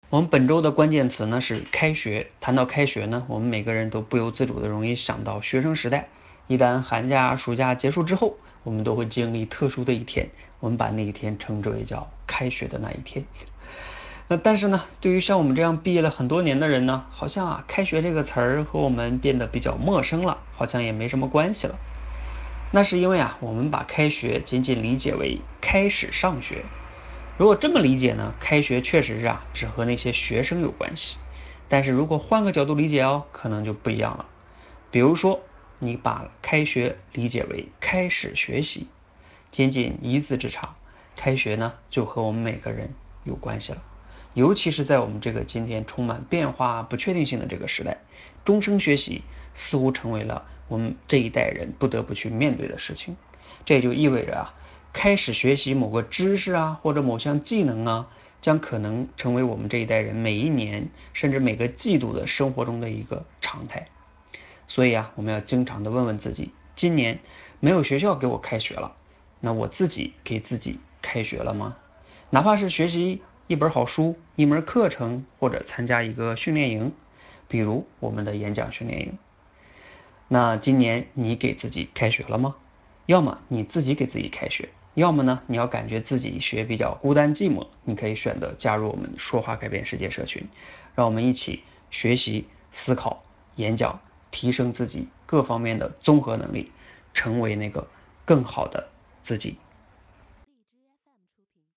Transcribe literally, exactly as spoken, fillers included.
我们本周的关键词呢是开学。谈到开学呢，我们每个人都不由自主的容易想到学生时代。一旦寒假、暑假结束之后，我们都会经历特殊的一天，我们把那一天称之为叫开学的那一天。那但是呢，对于像我们这样毕业了很多年的人呢，好像啊，开学这个词儿和我们变得比较陌生了，好像也没什么关系了。那是因为啊，我们把开学仅仅理解为开始上学。如果这么理解呢，开学确实是啊，只和那些学生有关系。但是如果换个角度理解哦，可能就不一样了。比如说，你把开学理解为开始学习，仅仅一字之差，开学呢就和我们每个人有关系了。尤其是在我们这个今天充满变化、不确定性的这个时代，终生学习似乎成为了我们这一代人不得不去面对的事情。这也就意味着啊，开始学习某个知识啊，或者某项技能啊，将可能成为我们这一代人每一年甚至每个季度的生活中的一个常态。所以啊，我们要经常的问问自己，今年没有学校给我开学了，那我自己给自己开学了吗？哪怕是学习一本好书、一门课程，或者参加一个训练营，比如我们的演讲训练营。那今年你给自己开学了吗？要么你自己给自己开学，要么呢，你要感觉自己学比较孤单寂寞，你可以选择加入我们说话改变世界社群，让我们一起学习、思考、演讲，提升自己各方面的综合能力，成为那个更好的自己。